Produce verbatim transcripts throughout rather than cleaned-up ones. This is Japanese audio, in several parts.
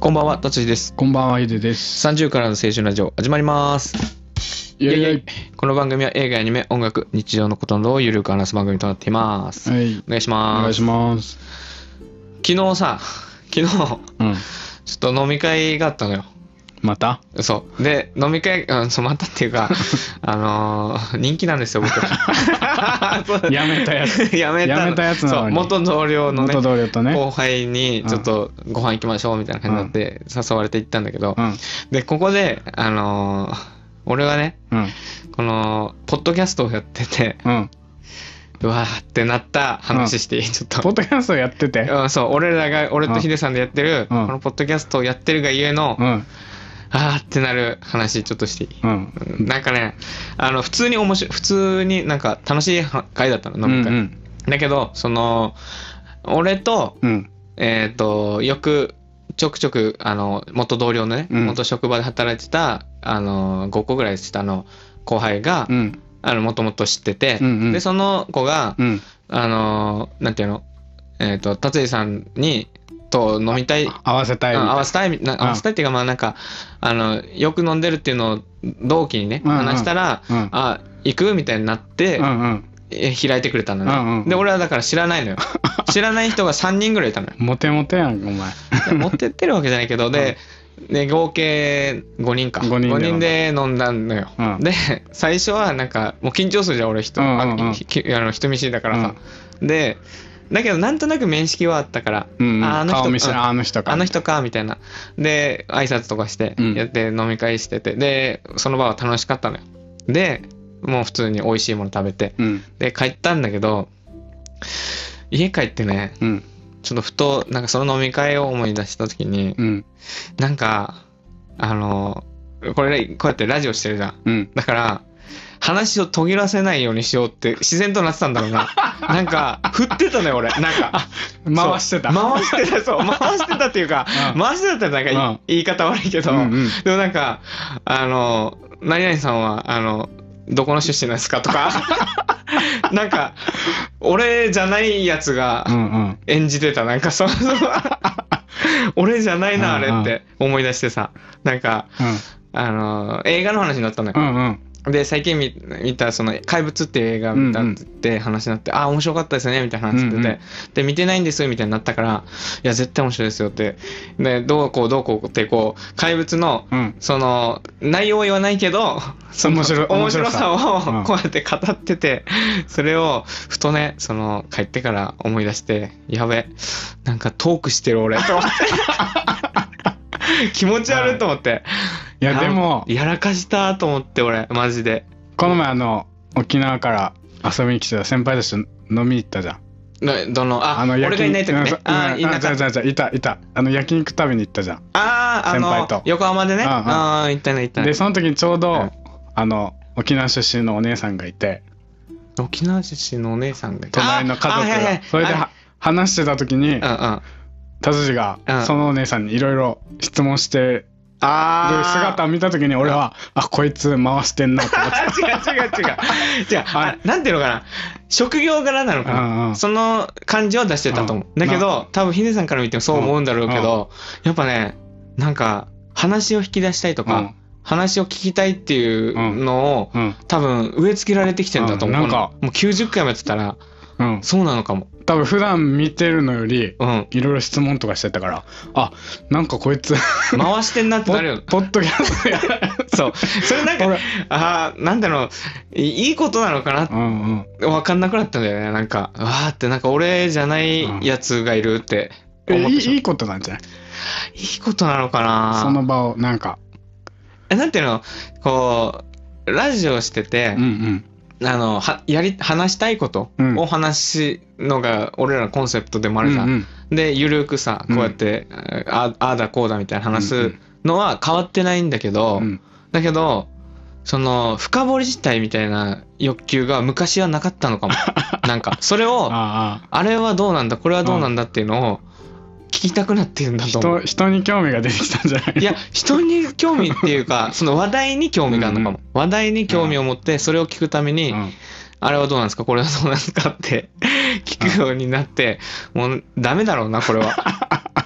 こんばんは、達治です。 こんばんは、ヒデです。 さんじゅうからの青春ラジオ始まります。 イエイイエイ。 この番組は映画、アニメ、音楽、日常のことなどをゆるく話す番組となっています。 はい。 お願いします。 お願いします。 昨日さ、昨日、うん、ちょっと飲み会があったのよ。 また？ そうで飲み会、うん、そうまたっていうかあのー、人気なんですよ僕やめたやつやめたやめたやつなのにそう元同僚のね、 元同僚とね後輩にちょっとご飯行きましょうみたいな感じになって誘われて行ったんだけど、うん、でここであのー、俺はね、うん、このポッドキャストをやってて、うんうわーってなった話していい、うん、ちょっとポッドキャストやってて、 うん、そう俺らが俺とヒデさんでやってる、うん、このポッドキャストをやってるがゆえの、うんあーってなる話ちょっとしていい、うん、なんかねあの普通に面白い普通になんか楽しい会だったの飲み会、うんうん、だけどその俺と、うん、えっ、ー、とよくちょくちょくあの元同僚のね、うん、元職場で働いてたあのごこぐらい下の後輩が、うん、あのもともと知ってて、うんうん、でその子が、うん、あのなんていうのえっ、ー、と達治さんにと飲みたい合わせたい、 うん、合わせたい合わせたいっていうかまあなんかあのよく飲んでるっていうのを同期にね、うんうん、話したら、うん、あ行くみたいになって、うんうん、え開いてくれたのね、うんうん、で俺はだから知らないのよ知らない人がさんにんぐらいいたのよモテモテやんお前モテてるわけじゃないけどで、うん、で合計ごにんかごにん で, ごにんで飲んだのよ、うん、で最初はなんかもう緊張するじゃん俺人、うんうんうん、あの人見知りだからさ、うん、でだけどなんとなく面識はあったから、 うんうん、あ, あの人、 うん、 あの人かあの人かみたいなで挨拶とかしてやって飲み会してて、うん、でその場は楽しかったのよでもう普通に美味しいもの食べて、うん、で帰ったんだけど家帰ってね、うん、ちょっとふとなんかその飲み会を思い出した時に、うん、なんかあのこれこうやってラジオしてるじゃん、うん、だから話を途切らせないようにしようって自然となってたんだろうななんか振ってたね俺なんか回してた回してたそう回してたっていうか、うん、回してたってなんか、うん、言い方悪いけど、うんうん、でもなんかあの何々さんはあのどこの出身なんですかとかなんか俺じゃないやつが演じてたなんかその俺じゃないなあれって思い出してさなんか、うん、あの映画の話になったのよ、うんうんで最近 見, 見たその怪物っていう映画見たって話になって、うんうん、あ面白かったですねみたいな話してて、うんうん、で見てないんですみたいになったからいや絶対面白いですよってでどうこうどうこうってこう怪物の、うん、その内容は言わないけどその面白、面白さをこうやって語ってて、うん、それをふとねその帰ってから思い出してやべなんかトークしてる俺と思って気持ち悪いと思って、はい、 いやでもやらかしたと思って俺マジでこの前あの沖縄から遊びに来てた先輩たちと飲みに行ったじゃんどのああの俺がいない時ね、うん、あいなかったじゃいたいたあの焼肉食べに行ったじゃんああ先輩と横浜でね、うんうん、ああ行ったね行ったねでその時にちょうど、うん、あの沖縄出身のお姉さんがいて沖縄出身のお姉さんがいて隣の家族が、はいはい、それで話してた時に、うんうん達治がそのお姉さんにいろいろ質問してる姿を見た時に俺はあこいつ回してんなと思って違う違う違う違うあなんていうのかな職業柄なのかな、うんうん、その感じは出してたと思う、うん、だけど多分ヒデさんから見てもそう思うんだろうけど、うん、やっぱねなんか話を引き出したいとか、うん、話を聞きたいっていうのを、うん、多分植え付けられてきてんだと思う、うん、なんかもうきゅうじゅっかいもやってたら、うん、そうなのかも多分普段見てるのよりいろいろ質問とかしてたから、うん、あなんかこいつ回してんなってなるよポッドキャストやそうそれなんかあなんだろういいことなのかな、うんうん、分かんなくなったんだよねなんかわーってなんか俺じゃないやつがいるって思ってしまう、いいことなんじゃないいいことなのかなその場をなんかえなんていうのこうラジオしてて、うんうんあのはやり話したいことを話すのが俺らのコンセプトでもあるじゃん、うんうん、でゆるくさこうやって、うん、あ, あだこうだみたいな話すのは変わってないんだけど、うんうん、だけどその深掘り自体みたいな欲求が昔はなかったのかもなんかそれをあ, あれはどうなんだこれはどうなんだっていうのを聞きたくなってるんだと思う人, 人に興味が出てきたんじゃないいや人に興味っていうかその話題に興味があるのかも、うんうん、話題に興味を持ってそれを聞くために、うん、あれはどうなんですかこれはどうなんですかって聞くようになって、うん、もうダメだろうなこれは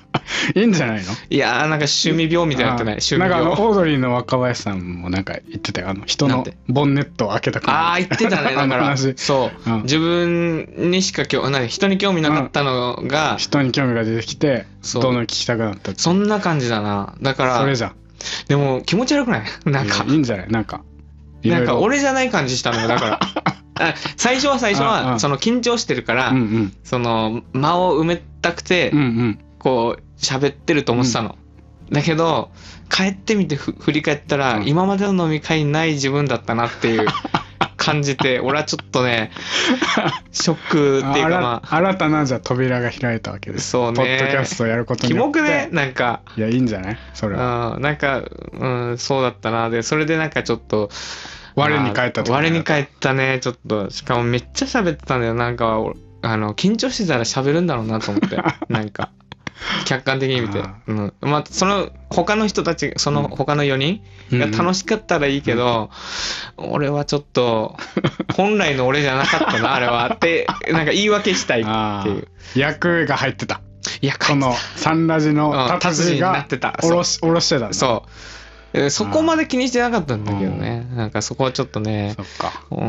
いいんじゃないの？ いやーなんか趣味病みたいになってない？趣味なんかあ病。 のオードリーの若林さんもなんか言ってたよ、あの人のボンネットを開けたくない。 ああ言ってたね。だから話そう、うん、自分にしか興なんか人に興味なかったのが、うん、 人に興味が出てきてどんどん聞きたくなったって。 そんな感じだな。だからそれじゃん。 でも気持ち悪くない？なんかいいんじゃない？なんかなんか俺じゃない感じしたのよ。だからあ最初は最初はその緊張してるから、うんうん、その間を埋めたくて、うんうん、こう喋ってると思ってたの、うん、だけど帰ってみてふ振り返ったら、うん、今までの飲み会にない自分だったなっていう感じて俺はちょっとねショックっていうか、まあ、 新たなじゃ扉が開いたわけです。そうね、ポッドキャストをやることによってキモくね。なんかいやいいんじゃないそれは。 うんなんか、うん、そうだったな。でそれでなんかちょっと我に返ったと。 我に返ったね。ちょっとしかもめっちゃ喋ってたんだよ。なんかあの緊張してたら喋るんだろうなと思ってなんか客観的に見て、うん、まあその他の人たちその他のよにんが楽しかったらいいけど、うんうん、俺はちょっと本来の俺じゃなかったなあれはってなんか言い訳したいっていう役が入ってた。 いやこのサンラジの達人が下ろし下ろしてたんだ。 そうそこまで気にしてなかったんだけどね、なんかそこはちょっとね、そっか、うん、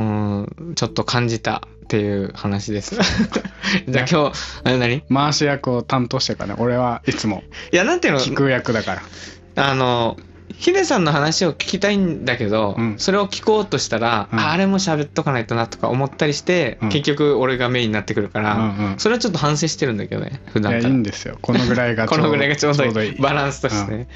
ちょっと感じたっていう話ですじゃあ今日あ何回し役を担当してからね。俺はいつもいやなんていうの聞く役だから。 あのヒデさんの話を聞きたいんだけど、うん、それを聞こうとしたら、うん、あれも喋っとかないとなとか思ったりして、うん、結局俺がメインになってくるから、うんうん、それはちょっと反省してるんだけどね普段から。 いやいいんですよこのぐらいがちょうどこのぐらいがちょうどいいバランスとしてね、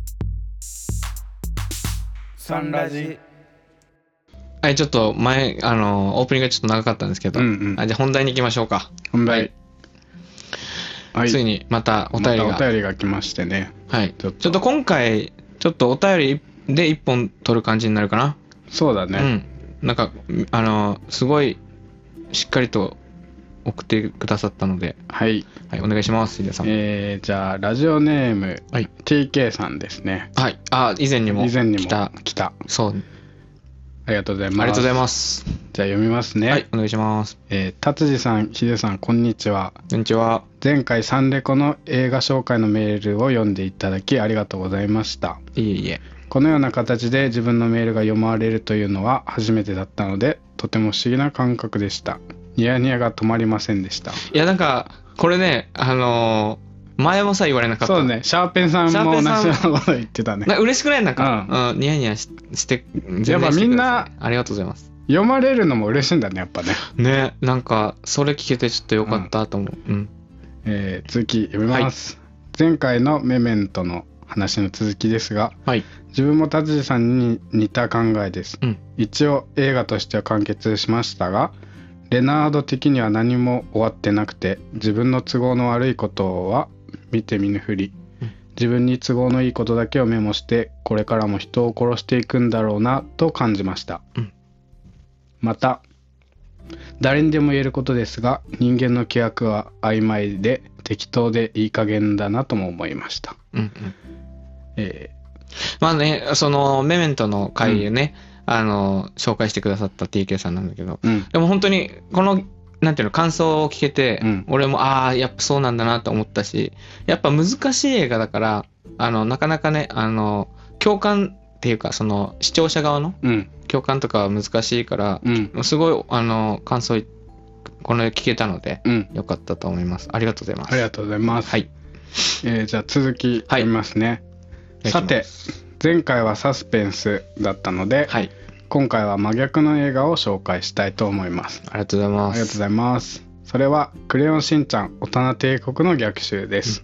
サンラジ。 はい、ちょっと前あのオープニングがちょっと長かったんですけど、うんうん、あじゃあ本題に行きましょうか。 本題、 はい、ついにまたお便りが、 またお便りが来ましてね。 はいちょっと、ちょっと今回ちょっとお便りで一本取る感じになるかな。 そうだね、 うん、なんかあのすごいしっかりと送ってくださったので、 はい、 はい、お願いします。ヒデさん。 えー、じゃあラジオネーム、はい、ティーケー さんですね。 はい。あ、以前にも以前にも来た来た。 そう。 ありがとうございます。 ありがとうございます。 じゃあ読みますね。 はい、お願いします。 えー、達治さん、ヒデさん、こんにちは。 こんにちは。 前回サンレコの映画紹介のメールを読んでいただきありがとうございました。 いえいえ。 このような形で自分のメールが読まれるというのは初めてだったので、とても不思議な感覚でした。ニヤニヤが止まりませんでした。 いやなんかこれねあのー、前もさ言われなかった。 そうね、シャーペンさんも同じようなこと言ってたね。 な嬉しくないなんか、うんうん、ニヤニヤ し, してやっぱみんなありがとうございます。 読まれるのも嬉しいんだねやっぱね。 ねなんかそれ聞けてちょっとよかったと思う。うん、うん、 えー、続き読みます、はい、前回のメメントの話の続きですが、はい、自分も達治さんに似た考えです、うん、一応映画としては完結しましたがレナード的には何も終わってなくて自分の都合の悪いことは見て見ぬふり、うん、自分に都合のいいことだけをメモしてこれからも人を殺していくんだろうなと感じました、うん、また誰にでも言えることですが人間の規約は曖昧で適当でいい加減だなとも思いました、うんうんえー、まあねそのメメントの回でね、うん、あの紹介してくださった ティーケー さんなんだけど、うん、でも本当にこのなんていうの感想を聞けて、うん、俺もああやっぱそうなんだなと思ったしやっぱ難しい映画だからあのなかなかねあの共感っていうかその視聴者側の共感とかは難しいから、うん、すごいあの感想この聞けたので、うん、よかったと思います。ありがとうございます。 ありがとうございます。 はい、 えー、じゃあ続き読みますね、はい、さて前回はサスペンスだったので、はい、今回は真逆の映画を紹介したいと思います。 ありがとうございます。 ありがとうございます。それはクレヨンしんちゃん大人帝国の逆襲です、うん、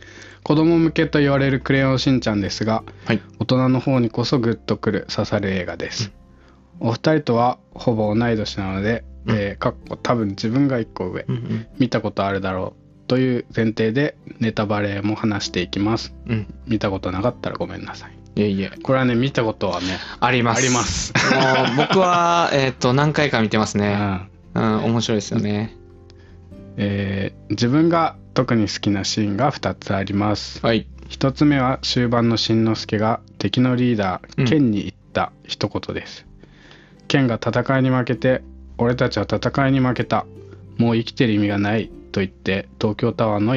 子供向けと言われるクレヨンしんちゃんですが、はい、大人の方にこそグッとくる刺さる映画です、うん、お二人とはほぼ同い年なので、うんえー、かっこ多分自分が一個上、うんうん、見たことあるだろうという前提でネタバレも話していきます、うん、見たことなかったらごめんなさい。 いえいえこれはね見たことはねありますありますもう僕はえっと何回か見てますね、うん、うん、面白いですよね、 えー、自分が特に好きなシーンがふたつあります、はい、ひとつめは終盤のしんのすけが敵のリーダーケンに言った一言です、うん、ケンが戦いに負けて俺たちは戦いに負けたもう生きてる意味がないと言って東京タワーの屋根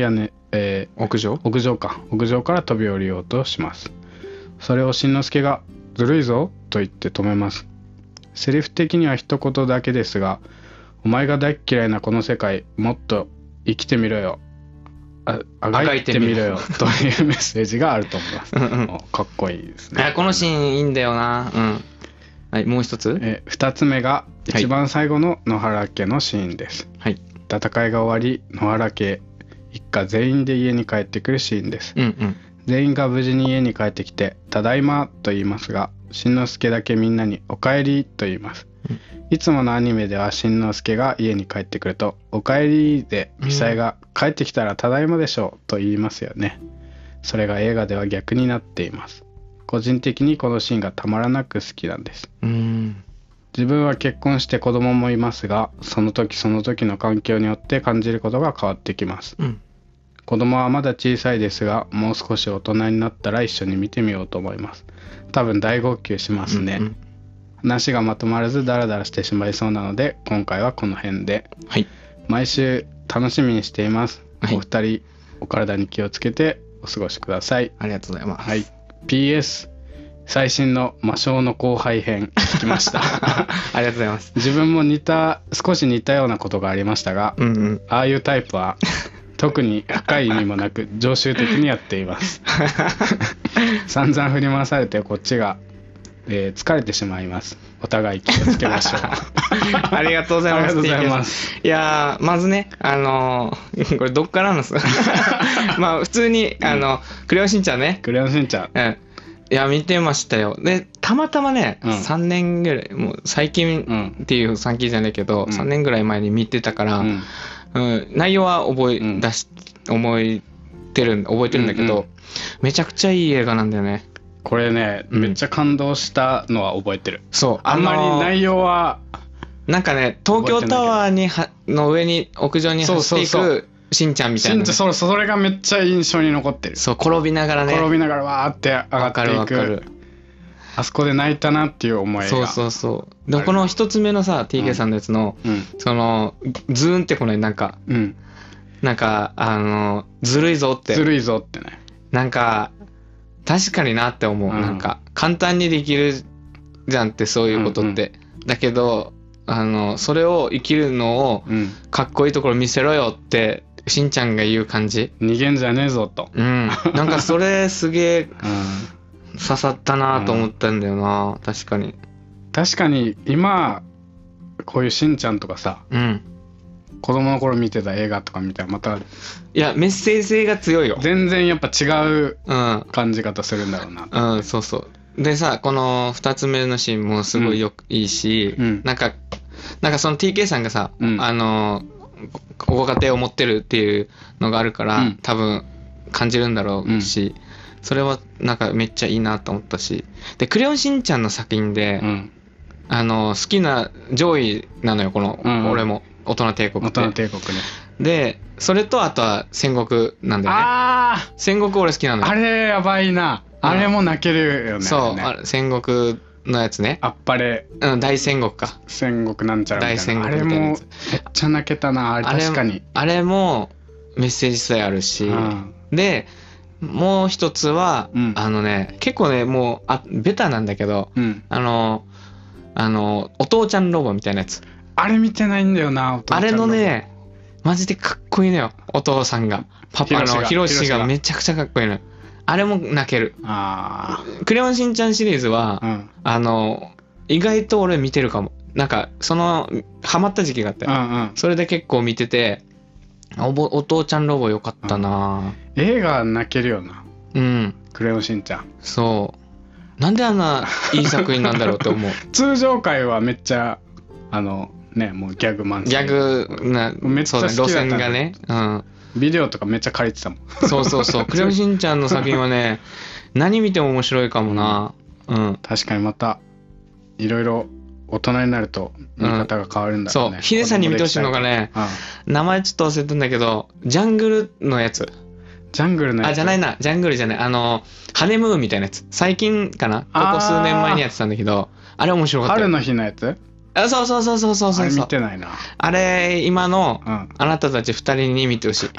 えー、 屋上屋上か屋上から飛び降りようとします。それをしんのすけがずるいぞと言って止めます。セリフ的には一言だけですが、お前が大嫌いなこの世界もっと生きてみろよ、ああがいてみろよというメッセージがあると思います。うん、うん、かっこいいですね。 いやこのシーンいいんだよな。うん。はい、もう一つ。 え二つ目が一番最後の野原家のシーンです。はい。戦いが終わり野原家一家全員で家に帰ってくるシーンです。うんうん。全員が無事に家に帰ってきてただいまと言いますが、しんのすけだけみんなにおかえりと言います。うん、いつものアニメではしんのすけが家に帰ってくるとおかえりでみさえが帰ってきたらただいまでしょうと言いますよね。それが映画では逆になっています。個人的にこのシーンがたまらなく好きなんです。うん、自分は結婚して子供もいますが、その時その時の環境によって感じることが変わってきます。うん、子供はまだ小さいですが、もう少し大人になったら一緒に見てみようと思います。多分大号泣しますね。うんうん、話がまとまらずダラダラしてしまいそうなので、今回はこの辺で。はい、毎週楽しみにしています。はい、お二人お体に気をつけてお過ごしください。 ありがとうございます。 はい、ピーエス 最新の魔性の後輩編聞きました。 ありがとうございます。 自分も似た少し似たようなことがありましたが、うんうん、ああいうタイプは特に深い意味もなく常習的にやっています。散々振り回されてこっちが、えー、疲れてしまいます。お互い気をつけましょう。 ありがとうございます。ありがとうございます。いやまずね、あのー、これどっからなんですか。まあ普通にあの、うん、クレヨンしんちゃんね。 クレヨンしんちゃん。 うん。いや見てましたよ。でたまたまね、うん、さんねんぐらいもう最近っていう最近じゃないけど、うん、さんねんぐらい前に見てたから。うんうん、内容は覚え出し、うん、覚えてる覚えてるんだけど、うんうん、めちゃくちゃいい映画なんだよね。 これね、うん、めっちゃ感動したのは覚えてる。 そうあんまり内容はなんかね、東京タワーにはの上に屋上に走っていくしんちゃんみたいな、ね、 しんちゃん、それ、それがめっちゃ印象に残ってる。 そう転びながらね転びながらわーって上がっていく。わかるわかる。あそこで泣いたなっていう思いが。 そうそうそう。でもこの一つ目のさ ティーケー さんのやつの、うん、そのズーンってこのなんか、うん、なんかあのずるいぞってずるいぞってね、 なんか確かになって思う、うん、なんか簡単にできるじゃんってそういうことって、うんうん、だけどあのそれを生きるのをかっこいいところ見せろよってしんちゃんが言う感じ、 逃げんじゃねえぞと、 うん、なんかそれすげえ、うん刺さったなと思ったんだよな、うん、確かに確かに今こういうしんちゃんとかさ、うん、子供の頃見てた映画とか見たらまたいやメッセージ性が強いよ。 全然やっぱ違う感じ方するんだろうな、 うん、うん、そうそうでさ、このふたつめのシーンもすごいよく、うん、いいし、うん、なんかなんかその ティーケー さんがさ、うん、あのご家庭を持ってるっていうのがあるから、うん、多分感じるんだろうし、うんそれはなんかめっちゃいいなと思ったし、でクレヨンしんちゃんの作品で、うん、あの好きな上位なのよこの、うんうん、俺も大人帝国って大人帝国ね。 でそれとあとは戦国なんだよね。あ戦国俺好きなのよ。 あれやばいな、あれも泣けるよね。 そうね、 あれ戦国のやつね。 あっぱれ、 うん、大戦国か戦国なんちゃらみたいな。大戦国みたいなやつ。あれもめっちゃ泣けたな。あれ確かにあれ、あれもメッセージ性あるし、うん、でもう一つは、うん、あのね結構ねもうあベタなんだけど、うん、あのあのお父ちゃんロボみたいなやつ。 あれ見てないんだよな。お父ちゃんロボあれのねマジでかっこいいのよ。お父さんがパパのヒロシがめちゃくちゃかっこいいのよ。あれも泣ける。あクレヨンしんちゃんシリーズは、うん、あの意外と俺見てるかも。なんかそのハマった時期があって、うんうん、それで結構見ててお, ぼお父ちゃんロボよかったな、 うん、映画泣けるよな。うんクレヨンしんちゃん。 そうなんであんないい作品なんだろうって思う。 通常回はめっちゃあのねもうギャグ満載。ギャグなめっちゃ好きだった、ね、路線がね、うん、 ビデオとかめっちゃ借りてたもん。 そうそうそうクレヨンしんちゃんの作品はね何見ても面白いかもな、うん、 確かにまたいろいろ大人になると見方が変わるんだろうね、うん、 そうヒデさんに見てほしいのがね、うん、名前ちょっと忘れてんだけどジャングルのやつ。 ジャングルのやつあじゃないなジャングルじゃないあのハネムーンみたいなやつ最近かなここ数年前にやってたんだけどあれ面白かったよ。 春の日のやつ。 あそうそうそうそうそうそう。 あれ見てないな。 あれ今の、うん、あなたたちふたりに見てほしい。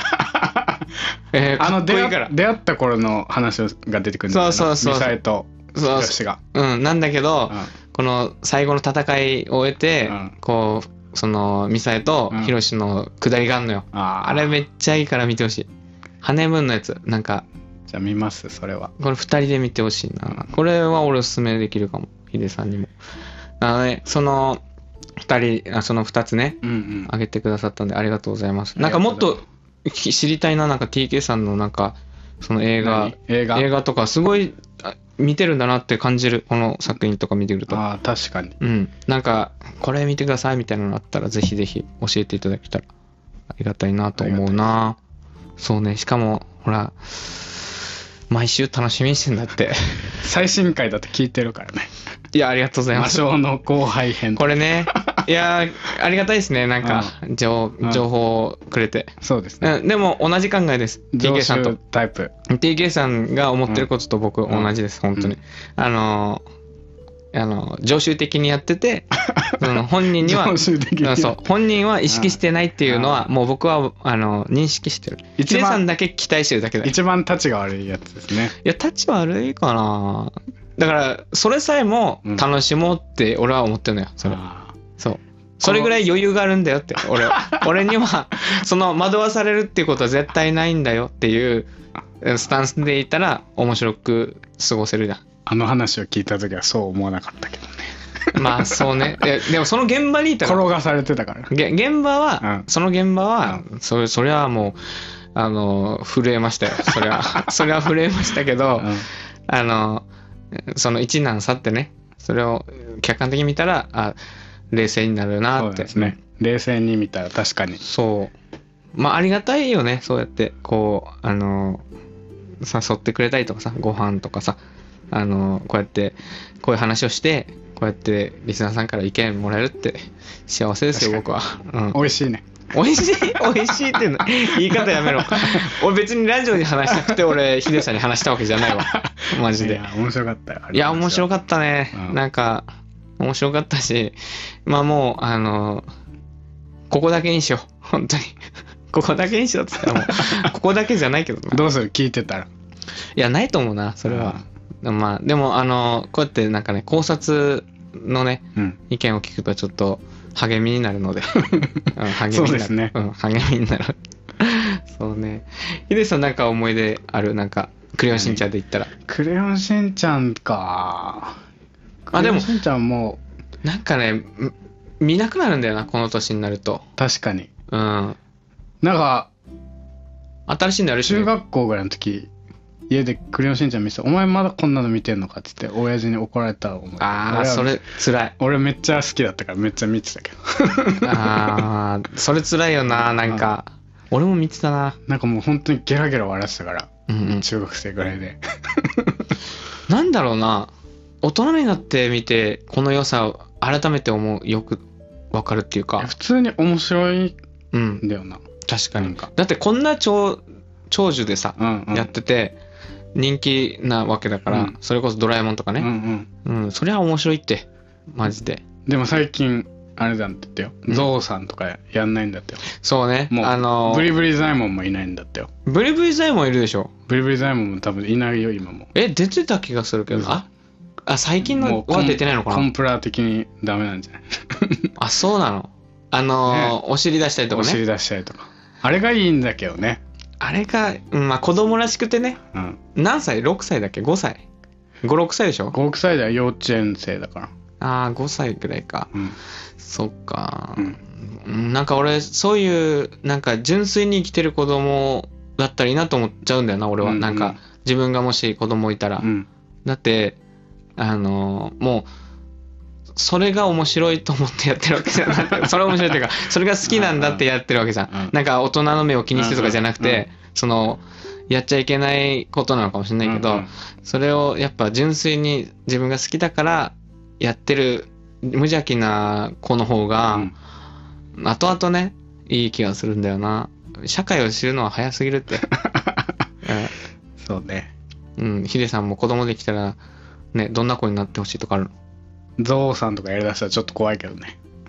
えー、かっこいいから。 あの出会った頃の話が出てくるんだよな。そうそうそう。ミサエとヒロシが。 うん、なんだけど、うん、この最後の戦いを終えて、うん、こうそのミサエとヒロシの下りがあんのよ、うん、あ, あれめっちゃいいから見てほしい。ハネムーンのやつなんか。 じゃあ見ますそれは。 これふたりで見てほしいな。これは俺おすすめできるかも、ヒデさんにも。あのね、そのふたり、あそのふたつね、うんうん、あげてくださったんでありがとうございます。なんかもっと知りたいな、なんか ティーケー さんのなんかその映画映画映画とかすごい見てるんだなって感じる、この作品とか見てくると。 ああ確かに。 うん。なんかこれ見てくださいみたいなのあったらぜひぜひ教えていただけたらありがたいなと思うな。そうね。しかもほら毎週楽しみにしてんだって。 最新回だって聞いてるからね。 いやありがとうございます。 魔性の後輩編。 これね。いやありがたいですね、なんか、うん、情, 情報をくれて、 うん、そうですね。 でも同じ考えです、 ティーケー さんと。 タイプティーケー さんが思ってることと僕同じです、うん、本当に、うん、あのあの常習的にやっててその本人にはそう本人は意識してないっていうのはもう僕はあの認識してる。ヒデさんだけ期待してるだけだ。 一番タチが悪いやつですね。 いやタチ悪いかな。だからそれさえも楽しもうって俺は思ってるのよ、それ。そうそれぐらい余裕があるんだよって俺は俺にはその惑わされるっていうことは絶対ないんだよっていうスタンスでいたら面白く過ごせるじゃん。 あの話を聞いた時はそう思わなかったけどね。 まあそうね。で, でもその現場にいたら転がされてたから。 現場は、うん、その現場は、うん、そ, それはもうあの震えましたよ。それはそれは震えましたけど、うん、あのその一難去ってね、それを客観的に見たらあ冷静になるなって。そうですね。 冷静に見たら確かに。 そう。まあありがたいよね。そうやってこうあの誘ってくれたりとかさ、ご飯とかさ、あのこうやってこういう話をしてこうやってリスナーさんから意見もらえるって幸せですよ僕は。 うん、美味しいね。 美味しい美味しいって言い方やめろ。俺別にラジオに話したくて俺ヒデさんに話したわけじゃないわ。マジで。いや面白かったよ。 いや面白かったね。うん、なんか。面白かったし、まあもうあのここだけにしよう本当にここだけにしようって言ったらもうここだけじゃないけどな。 どうする聞いてたら。 いやないと思うなそれは。まあでもあのこうやってなんかね考察のね、うん、意見を聞くとちょっと励みになるので、うん、励みになる。そうですね、うん、励みになる。そうね。ヒデさんなんか思い出ある？なんかクレヨンしんちゃんで言ったら。 クレヨンしんちゃんか。 あでもしんちゃんもなんかね見なくなるんだよなこの年になると。 確かに。 うん。 なんか新しいのやるし、 ね、中学校ぐらいの時家でクレヨンしんちゃん見てた。お前まだこんなの見てんのかって言って親父に怒られた思い。 ああそれ辛い。 俺めっちゃ好きだったからめっちゃ見てたけど。 ああそれ辛いよな。なんか俺も見てたな。 なんかもう本当にゲラゲラ笑ってたから、うんうん、中学生ぐらいで。 なんだろうな。大人になってみてこの良さを改めて思うよく分かるっていうか。 普通に面白いんだよな、うん、 確かに。だってこんな 長, 長寿でさ、うんうん、やってて人気なわけだから、うん、それこそドラえもんとかね、うんうんうん、そりゃ面白いってマジで。 でも最近あれだって言ったよ、うん、ゾウさんとかやんないんだってよ。 そうね。 もう、あのー、ブリブリザイモンもいないんだってよ。 ブリブリザイモンいるでしょ。 ブリブリザイモンも多分いないよ今も。 え出てた気がするけど。ああ最近のは出てないのかな。 コンプラ的にダメなんじゃない。 あそうなの。あのーね、お尻出したりとかね。 お尻出したりとかあれがいいんだけどね。 あれが、まあ子供らしくてね、うん、何歳？ろくさいだっけ？ごさい？ご、ろくさいでしょ？ ご、ろくさいでは幼稚園生だから。 ああごさいくらいか、うん、そっか、うん、なんか俺そういうなんか純粋に生きてる子供だったらいいなと思っちゃうんだよな俺は、うんうん、なんか自分がもし子供いたら、うん、だってあのー、もうそれが面白いと思ってやってるわけじゃなくそれ面白いっていうかそれが好きなんだってやってるわけじゃん、うん、なんか大人の目を気にしてとかじゃなくて、うん、そのやっちゃいけないことなのかもしれないけど、うんうん、それをやっぱ純粋に自分が好きだからやってる無邪気な子の方が、うん、後々ねいい気がするんだよな。社会を知るのは早すぎるって、うん、 そうね。 うんヒデさんも子供できたらねどんな子になってほしいとかあるの？ ゾウさんとかやりだしたらちょっと怖いけどね。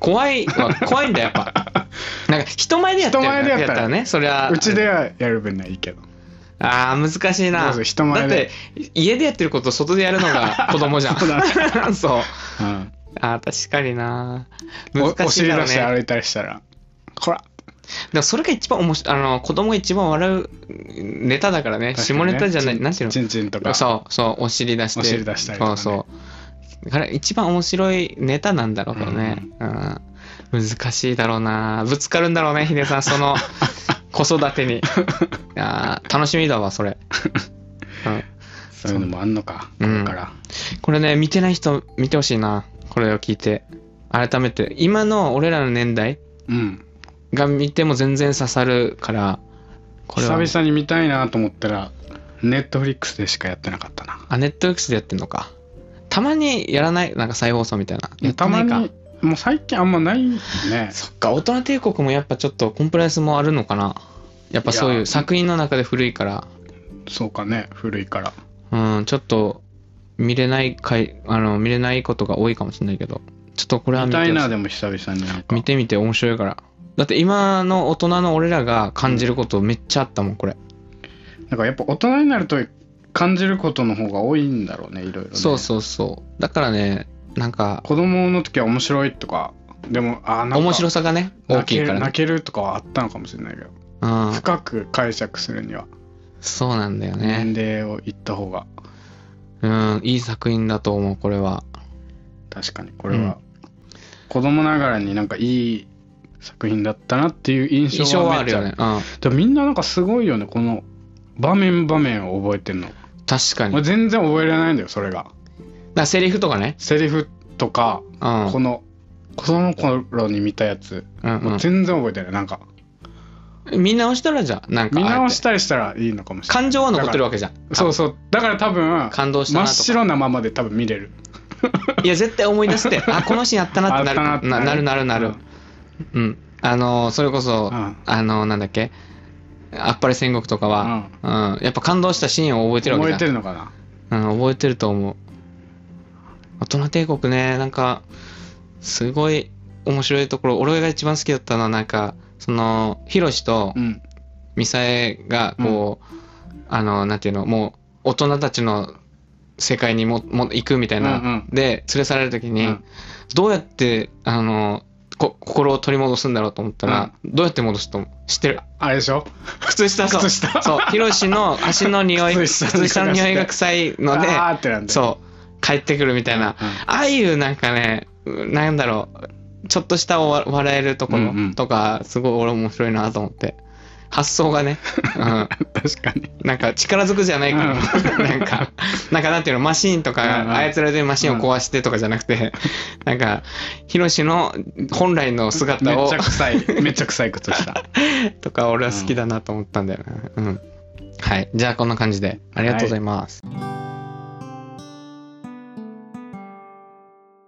怖い怖いんだやっぱなんか人前でやってる人前でやったらやったらねそれはうちではやる分にはいいけどあー難しいな人前でだって家でやってること外でやるのが子供じゃんそうそう、うん、あー確かにな難しいだろうねお尻出して歩いたりしたらこらでもそれが一番面白いあの子供が一番笑うネタだからね下ネタじゃないなんていうのチンチンとかそうそうお尻出してお尻出したりとか、ね、 そうそうだから一番面白いネタなんだろうけどね、うんうん、難しいだろうなぶつかるんだろうねヒデさんその子育てにいや楽しみだわそれ、 うん、そういうのもあんのかこれから、うん、 これね見てない人見てほしいなこれを聞いて改めて今の俺らの年代、うんが見ても全然刺さるからこれは久々に見たいなと思ったらネットフリックスでしかやってなかったなあネットフリックスでやってんのかたまにやらないなんか再放送みたいなやってないかたまにもう最近あんまないねそっか大人帝国もやっぱちょっとコンプライアンスもあるのかなやっぱそういう作品の中で古いからそうかね古いからうんちょっと見れないかいあの見れないことが多いかもしれないけどちょっとこれは見たいなでも久々になんか見てみて面白いからだって今の大人の俺らが感じることめっちゃあったもんこれなんかやっぱ大人になると感じることの方が多いんだろうねいろいろねそうそうそうだからねなんか子供の時は面白いとかでもあなんか面白さがね大きいからね泣けるとかはあったのかもしれないけど、うん、深く解釈するにはそうなんだよね年齢を言った方がうんいい作品だと思うこれは確かにこれは、うん、子供ながらになんかいい作品だったなっていう印象はめっちゃあるよね、うん、でもみんななんかすごいよねこの場面場面を覚えてんの確かに全然覚えられないんだよそれがだからセリフとかねセリフとか、うん、この子供の頃に見たやつ、うんうん、もう全然覚えてないなんか見直したらじゃなんか見直したりしたらいいのかもしれない感情は残ってるわけじゃんそうそうだから多分感動したなとか真っ白なままで多分見れるいや絶対思い出してあこのシーンあったなってなるな, な, なるなるなる、うんうん、あのそれこそ、うん、あのなんだっけあっぱれ戦国とかは、うんうん、やっぱ感動したシーンを覚えてるわけじゃん覚えてるのかな、 うん、覚えてると思う大人帝国ねなんかすごい面白いところ俺が一番好きだったのはなんかそのヒロシとミサエがこう、うん、あのなんていうのもう大人たちの世界にもも行くみたいな、うんうん、で連れ去られる時に、うん、どうやってあのこ心を取り戻すんだろうと思ったら、うん、どうやって戻すと知ってるあれでしょ靴下そう靴下そうヒロシの足の匂い靴下の匂いが臭いのであーってなんだそう帰ってくるみたいな、うんうん、ああいうなんかねなんだろうちょっとした笑えるところとか、うんうん、すごい俺面白いなと思って発想がね、うん、 確かになんか力ずくじゃないから、うん、なんかなんかなんていうのマシーンとか操られてるマシーンを壊してとかじゃなくて、うん、なんかヒロシの本来の姿をめっちゃ臭いめっちゃ臭い靴下とか俺は好きだなと思ったんだよな、うんうん、はいじゃあこんな感じでありがとうございます、はい、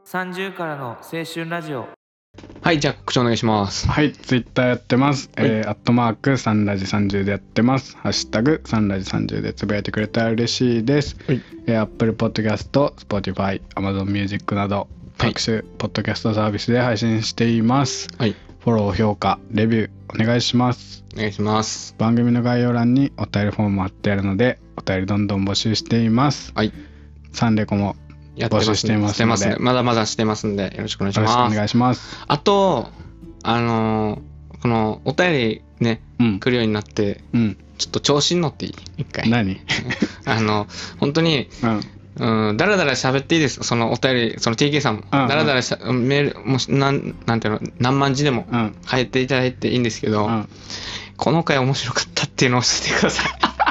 さんじゅうからの青春ラジオはいじゃあ告知お願いしますはいツイッターやってます、はい、えー、アットマークサンラジさんじゅうでやってますハッシュタグサンラジさんじゅうでつぶやいてくれたら嬉しいです、はい、えー、Apple Podcast、Spotify、Amazon Music など各種ポッドキャストサービスで配信しています、はい、フォロー評価レビューお願いしますお願いします。 番組の概要欄にお便りフォーム貼ってあるのでお便りどんどん募集しています、はい、サンレコも募集していますのでしてますね、まだまだしてますんでよろしくお願いします。よろしくお願いします。あとあのー、このお便りね、うん、来るようになって、うん、ちょっと調子に乗っていい一回何あの本当に、うんうん、だらだら喋っていいですそのお便りその ティーケー さんも、うんうん、だらだらしゃメールもしなんなんていうの何万字でも書いていただいていいんですけど、うん、この回面白かったっていうのを教えてください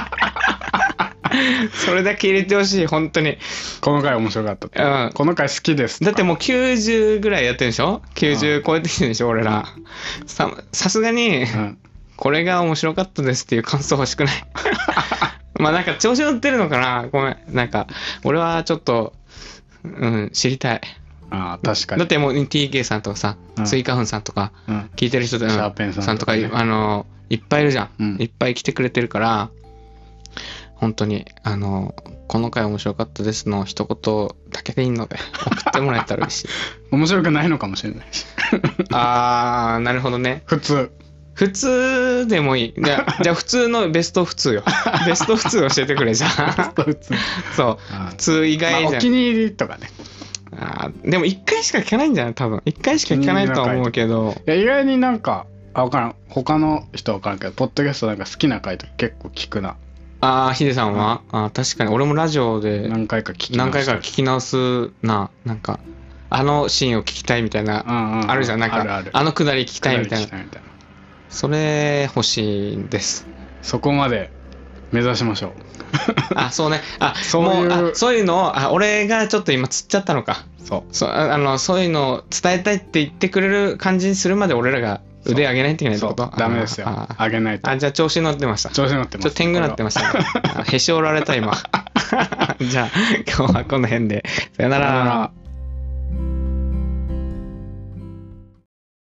それだけ入れてほしい本当にこの回面白かったって、うん、この回好きですだってもうきゅうじゅうぐらいやってるでしょきゅうじゅう超えてきてるでしょ、うん、俺らささすがに、うん、これが面白かったですっていう感想欲しくないまあなんか調子乗ってるのかなごめんなんか俺はちょっとうん知りたいあ確かにだってもう ティーケー さんとかさ、うん、スイカフンさんとか、うん、聞いてる人で、うん、シャーペンさんとか、ね、あのいっぱいいるじゃん、うん、いっぱい来てくれてるから本当にあのこの回面白かったですの一言だけでいいので送ってもらえたら嬉しい。 面白くないのかもしれないし。 あーなるほどね。 普通普通でもいい。じゃあじゃあ普通のベスト普通よ。ベスト普通教えてくれじゃあ。ベスト普通。そう普通以外じゃん、 まあ、お気に入りとかね。 あでもいっかいしか聞かないんじゃない多分。いっかいしか聞かないとは思うけど。 いや意外になんかあ分からん他の人は分からんけどポッドキャストなんか好きな回とか結構聞くな。 ああヒデさんは、うん、あ確かに俺もラジオで何回か聞き直す何回か聞き直すな。なんかあのシーンを聞きたいみたいな、うんうんうん、あるじゃん。なんか あるあるあのくだり聞きたいみたいな。それ欲しいんです。 そこまで目指しましょう。 あそうね。あそういうもうあそういうのをあ俺がちょっと今釣っちゃったのか。 そうそう あ, あのそういうのを伝えたいって言ってくれる感じにするまで俺らが腕上げないといけないってこと。 ダメですよ。上げないと。 あじゃあ調子に乗ってました。 調子に乗ってました。 ちょっと天狗なってましたね。へし折られた今。じゃあ今日はこの辺でさよなら。